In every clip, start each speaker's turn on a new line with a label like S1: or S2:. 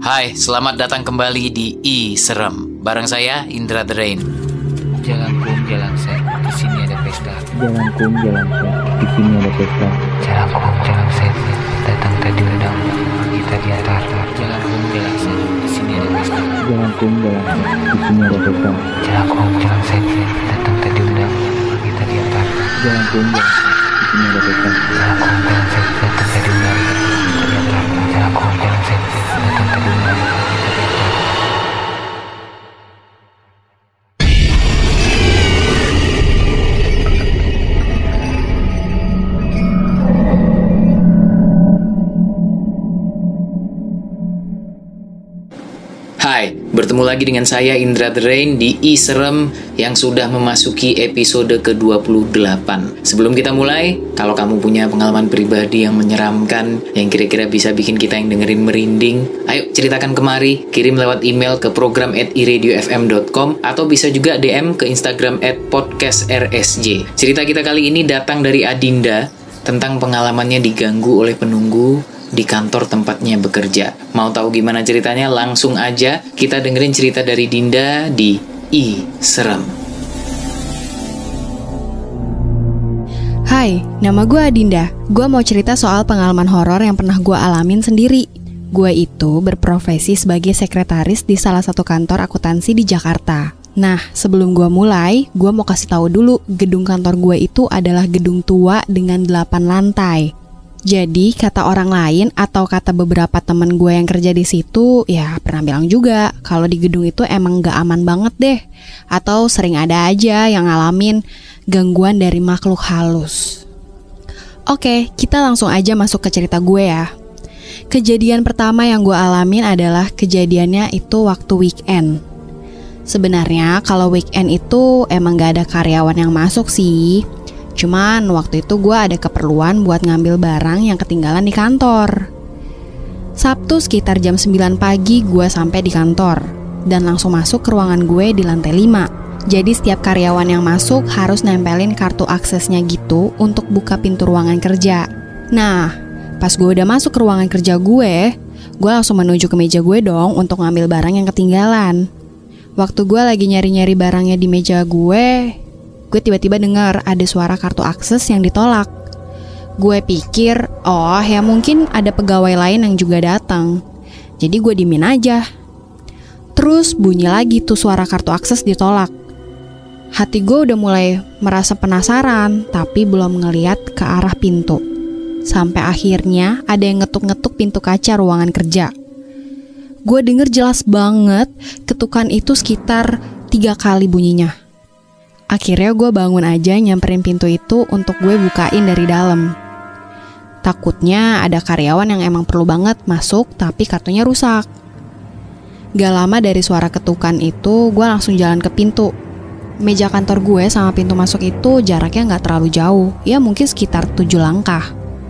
S1: Hai, selamat datang kembali di Serem. Bareng saya Indra The Rain.
S2: Jalan kum, jalan set, di sini ada pesta.
S3: Jalan kum, jalan set, di sini ada pesta.
S2: Jalan kum, jalan set, datang tadi undang, kita diantar. Jalan kum, jalan set, di sini ada pesta.
S3: Jalan kum, jalan set, di sini ada pesta.
S2: Jalan kum, jalan set, datang tadi undang, kita diantar.
S3: Jalan kum, jalan set, di sini ada pesta.
S2: Jalan kum, jalan set, datang tadi undang, kita diantar. Jalan kum, jalan set, datang tadi undang, kita diantar.
S1: Hai, bertemu lagi dengan saya Indra The Rain di Serem yang sudah memasuki episode ke-28. Sebelum kita mulai, kalau kamu punya pengalaman pribadi yang menyeramkan, yang kira-kira bisa bikin kita yang dengerin merinding, ayo ceritakan kemari, kirim lewat email ke program@iradiofm.com atau bisa juga DM ke Instagram @podcastrsj. Cerita kita kali ini datang dari Adinda tentang pengalamannya diganggu oleh penunggu di kantor tempatnya bekerja. Mau tahu gimana ceritanya? Langsung aja kita dengerin cerita dari Dinda di Serem.
S4: Hai, nama gue Adinda. Gue mau cerita soal pengalaman horor yang pernah gue alamin sendiri. Gue itu berprofesi sebagai sekretaris di salah satu kantor akuntansi di Jakarta. Nah, sebelum gue mulai, gue mau kasih tahu dulu, gedung kantor gue itu adalah gedung tua dengan 8 lantai. Jadi kata orang lain atau kata beberapa temen gue yang kerja di situ, ya pernah bilang juga kalau di gedung itu emang gak aman banget deh. Atau sering ada aja yang ngalamin gangguan dari makhluk halus. Oke, kita langsung aja masuk ke cerita gue ya. Kejadian pertama yang gue alamin adalah kejadiannya itu waktu weekend. Sebenarnya kalau weekend itu emang gak ada karyawan yang masuk sih. Cuman waktu itu gue ada keperluan buat ngambil barang yang ketinggalan di kantor. Sabtu sekitar jam 9 pagi gue sampai di kantor dan langsung masuk ke ruangan gue di lantai 5. Jadi setiap karyawan yang masuk harus nempelin kartu aksesnya gitu untuk buka pintu ruangan kerja. Nah, pas gue udah masuk ke ruangan kerja gue langsung menuju ke meja gue dong untuk ngambil barang yang ketinggalan. Waktu gue lagi nyari-nyari barangnya di meja gue tiba-tiba dengar ada suara kartu akses yang ditolak. Gue pikir, oh ya mungkin ada pegawai lain yang juga datang. Jadi gue diemin aja. Terus bunyi lagi tuh suara kartu akses ditolak. Hati gue udah mulai merasa penasaran, tapi belum ngeliat ke arah pintu. Sampai akhirnya ada yang ngetuk-ngetuk pintu kaca ruangan kerja. Gue denger jelas banget ketukan itu sekitar 3 kali bunyinya. Akhirnya gue bangun aja nyamperin pintu itu untuk gue bukain dari dalam. Takutnya ada karyawan yang emang perlu banget masuk tapi kartunya rusak. Gak lama dari suara ketukan itu gue langsung jalan ke pintu. Meja kantor gue sama pintu masuk itu jaraknya gak terlalu jauh, ya mungkin sekitar 7 langkah.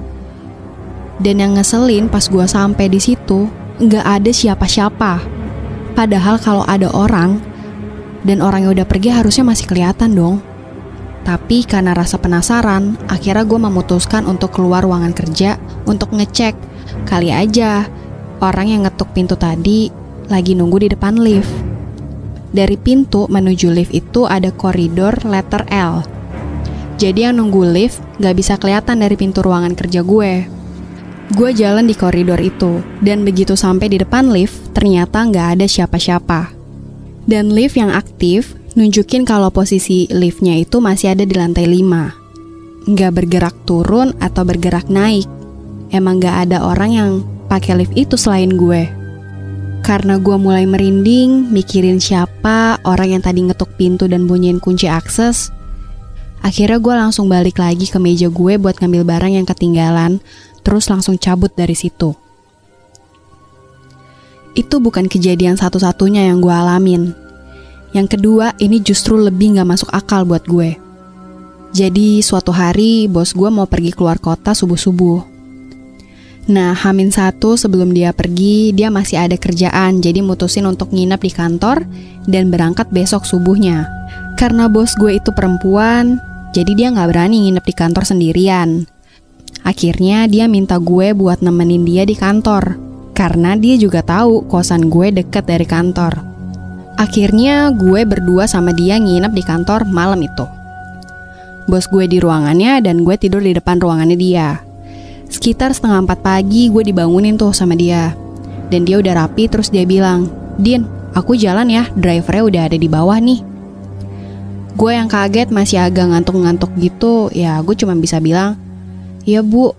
S4: Dan yang ngeselin pas gue sampai di situ gak ada siapa-siapa. Padahal kalau ada orang dan orang yang udah pergi harusnya masih kelihatan dong. Tapi karena rasa penasaran, akhirnya gue memutuskan untuk keluar ruangan kerja untuk ngecek. Kali aja orang yang ngetuk pintu tadi lagi nunggu di depan lift. Dari pintu menuju lift itu ada koridor letter L. Jadi yang nunggu lift gak bisa kelihatan dari pintu ruangan kerja gue. Gue jalan di koridor itu, dan begitu sampai di depan lift, ternyata gak ada siapa-siapa. Dan lift yang aktif nunjukin kalau posisi liftnya itu masih ada di lantai 5. Nggak bergerak turun atau bergerak naik. Emang nggak ada orang yang pakai lift itu selain gue. Karena gue mulai merinding, mikirin siapa orang yang tadi ngetuk pintu dan bunyiin kunci akses. Akhirnya gue langsung balik lagi ke meja gue buat ngambil barang yang ketinggalan, terus langsung cabut dari situ. Itu bukan kejadian satu-satunya yang gue alamin. Yang kedua, ini justru lebih gak masuk akal buat gue. Jadi suatu hari bos gue mau pergi keluar kota subuh-subuh. Nah, H-1 sebelum dia pergi, dia masih ada kerjaan. Jadi mutusin untuk nginep di kantor dan berangkat besok subuhnya. Karena bos gue itu perempuan, jadi dia gak berani nginep di kantor sendirian. Akhirnya dia minta gue buat nemenin dia di kantor. karena dia juga tahu kosan gue deket dari kantor. Akhirnya gue berdua sama dia nginep di kantor malam itu. Bos gue di ruangannya dan gue tidur di depan ruangannya dia. Sekitar 3:30 pagi gue dibangunin tuh sama dia. Dan dia udah rapi terus dia bilang, "Din, aku jalan ya, drivernya udah ada di bawah nih." Gue yang kaget masih agak ngantuk-ngantuk gitu, ya gue cuma bisa bilang, "Iya bu."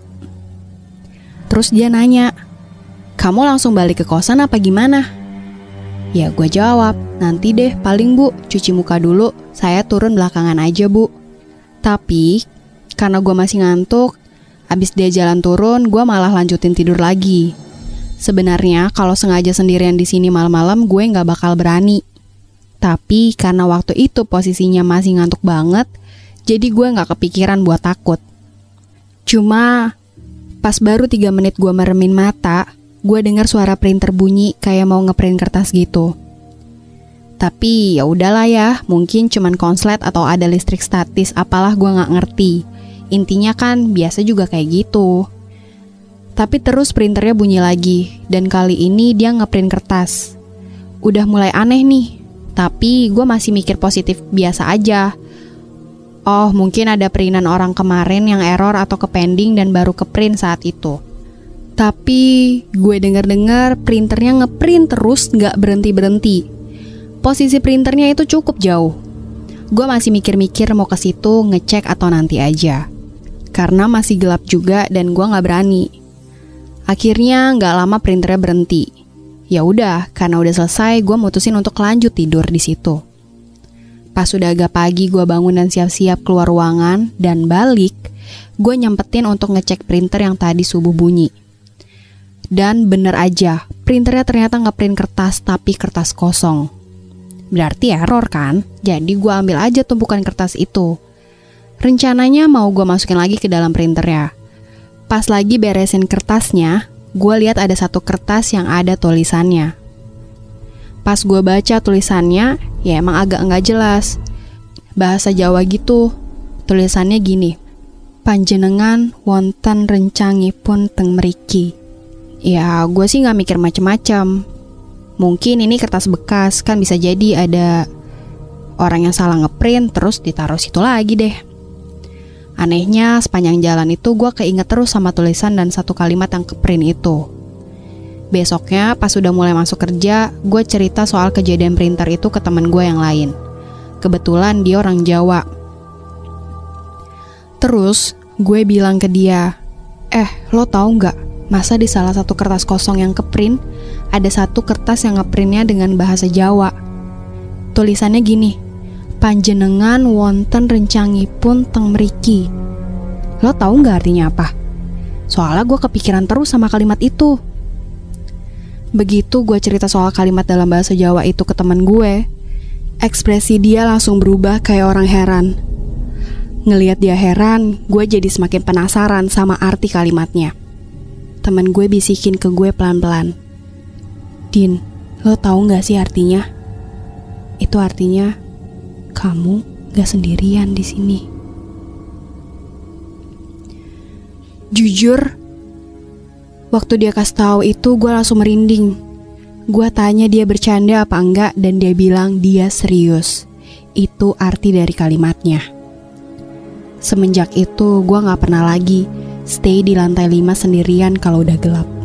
S4: Terus dia nanya, "Kamu langsung balik ke kosan apa gimana?" Ya gue jawab, "Nanti deh paling bu, cuci muka dulu, saya turun belakangan aja bu." Tapi karena gue masih ngantuk, abis dia jalan turun, gue malah lanjutin tidur lagi. Sebenarnya kalau sengaja sendirian di sini malam-malam gue nggak bakal berani. Tapi karena waktu itu posisinya masih ngantuk banget, jadi gue nggak kepikiran buat takut. Cuma pas baru 3 menit gue meremin mata, gue dengar suara printer bunyi kayak mau ngeprint kertas gitu. Tapi ya udahlah ya, mungkin cuman konslet atau ada listrik statis, apalah gue nggak ngerti. Intinya kan biasa juga kayak gitu. Tapi terus printernya bunyi lagi, dan kali ini dia ngeprint kertas. Udah mulai aneh nih, tapi gue masih mikir positif biasa aja. Oh, mungkin ada printan orang kemarin yang error atau kepending dan baru keprint saat itu. Tapi gue dengar-dengar printernya ngeprint terus gak berhenti-berhenti. Posisi printernya itu cukup jauh. Gue masih mikir-mikir mau ke situ ngecek atau nanti aja. Karena masih gelap juga dan gue gak berani. Akhirnya gak lama printernya berhenti. Ya udah, karena udah selesai gue mutusin untuk lanjut tidur di situ. Pas udah agak pagi gue bangun dan siap-siap keluar ruangan dan balik, gue nyempetin untuk ngecek printer yang tadi subuh bunyi. Dan bener aja, printernya ternyata ngeprint kertas tapi kertas kosong. Berarti error kan? Jadi gue ambil aja tumpukan kertas itu. Rencananya mau gue masukin lagi ke dalam printernya. Pas lagi beresin kertasnya, gue lihat ada satu kertas yang ada tulisannya. Pas gue baca tulisannya, ya emang agak nggak jelas. Bahasa Jawa gitu. Tulisannya gini, "Panjenengan wonten rencangipun teng mriki." Ya gue sih nggak mikir macem-macem. Mungkin ini kertas bekas, kan bisa jadi ada orang yang salah ngeprint terus ditaruh situ lagi deh. Anehnya sepanjang jalan itu gue keinget terus sama tulisan dan satu kalimat yang keprint itu. Besoknya pas udah mulai masuk kerja, gue cerita soal kejadian printer itu ke teman gue yang lain. Kebetulan dia orang Jawa. Terus gue bilang ke dia, "Lo tahu nggak? Masa di salah satu kertas kosong yang keprint ada satu kertas yang ngeprintnya dengan bahasa Jawa. Tulisannya gini, panjenengan wonten rencangipun teng mriki." Lo tahu nggak artinya apa? Soalnya gue kepikiran terus sama kalimat itu. Begitu gue cerita soal kalimat dalam bahasa Jawa itu ke teman gue, ekspresi dia langsung berubah kayak orang heran. Ngelihat dia heran, gue jadi semakin penasaran sama arti kalimatnya. Temen gue bisikin ke gue pelan-pelan, "Din, lo tahu gak sih artinya? Itu artinya kamu gak sendirian di sini." Jujur, waktu dia kasih tahu itu gue langsung merinding. Gue tanya dia bercanda apa enggak dan dia bilang dia serius. Itu arti dari kalimatnya. Semenjak itu gue gak pernah lagi stay di lantai 5 sendirian kalau udah gelap.